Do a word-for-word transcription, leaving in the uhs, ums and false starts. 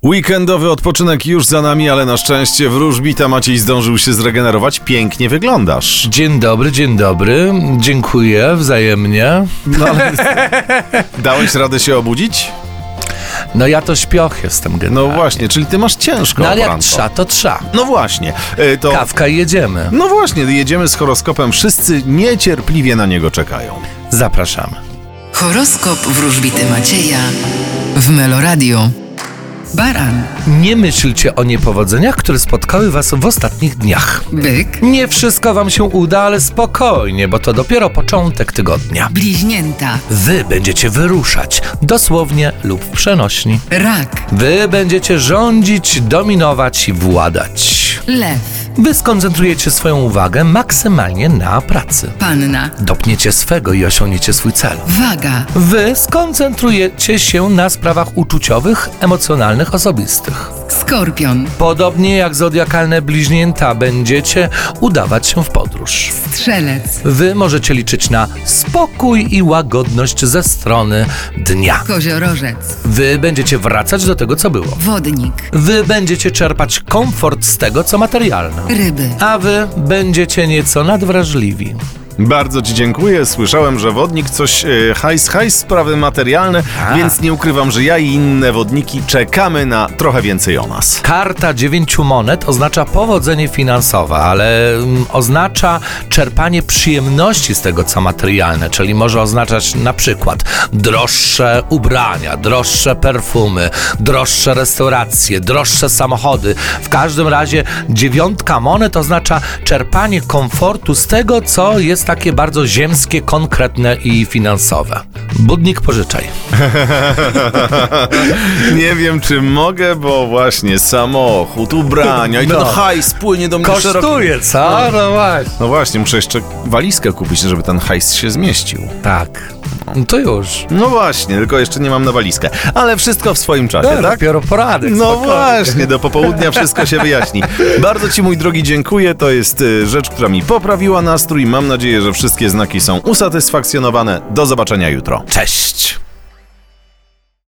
Weekendowy odpoczynek już za nami, ale na szczęście wróżbita Maciej zdążył się zregenerować. Pięknie wyglądasz. Dzień dobry, dzień dobry. Dziękuję wzajemnie. No, ale dałeś radę się obudzić? No ja to śpioch jestem generalnie. No właśnie, czyli ty masz ciężko. No ale jak poranko. trza, to trza. No właśnie. e, To... Kawka i jedziemy. No właśnie, jedziemy z horoskopem. Wszyscy niecierpliwie na niego czekają. Zapraszamy. Horoskop wróżbity Macieja w Meloradio. Baran, Nie myślcie o niepowodzeniach, które spotkały was w ostatnich dniach. byk, Nie wszystko wam się uda, ale spokojnie, bo to dopiero początek tygodnia. bliźnięta, Wy będziecie wyruszać, dosłownie lub w przenośni. rak, Wy będziecie rządzić, dominować i władać. lew, Wy skoncentrujecie swoją uwagę maksymalnie na pracy. panna, Dopniecie swego i osiągniecie swój cel. waga, Wy skoncentrujecie się na sprawach uczuciowych, emocjonalnych, osobistych. skorpion, Podobnie jak zodiakalne bliźnięta będziecie udawać się w podróż. strzelec, Wy możecie liczyć na spokój i łagodność ze strony dnia. koziorożec, Wy będziecie wracać do tego, co było. wodnik, Wy będziecie czerpać komfort z tego, co materialne. ryby, A wy będziecie nieco nadwrażliwi. Bardzo ci dziękuję. Słyszałem, że wodnik coś e, hajs, hajs, sprawy materialne, A. więc nie ukrywam, że ja i inne wodniki czekamy na trochę więcej o nas. Karta dziewięciu monet oznacza powodzenie finansowe, ale mm, oznacza czerpanie przyjemności z tego, co materialne, czyli może oznaczać na przykład droższe ubrania, droższe perfumy, droższe restauracje, droższe samochody. W każdym razie dziewiątka monet oznacza czerpanie komfortu z tego, co jest takie bardzo ziemskie, konkretne i finansowe. Budnik pożyczaj. Nie wiem, czy mogę, bo właśnie samochód, ubrania i No. to hajs płynie do mnie szeroko. Kosztuje, co? No właśnie. No właśnie, muszę jeszcze walizkę kupić, żeby ten hajs się zmieścił. Tak. No to już. No właśnie, tylko jeszcze nie mam na walizkę. Ale wszystko w swoim czasie, No, tak? dopiero poradek. No spokojnie. właśnie, do popołudnia wszystko się wyjaśni. Bardzo ci, mój drogi, dziękuję. To jest y, rzecz, która mi poprawiła nastrój. Mam nadzieję, że wszystkie znaki są usatysfakcjonowane. Do zobaczenia jutro. Cześć.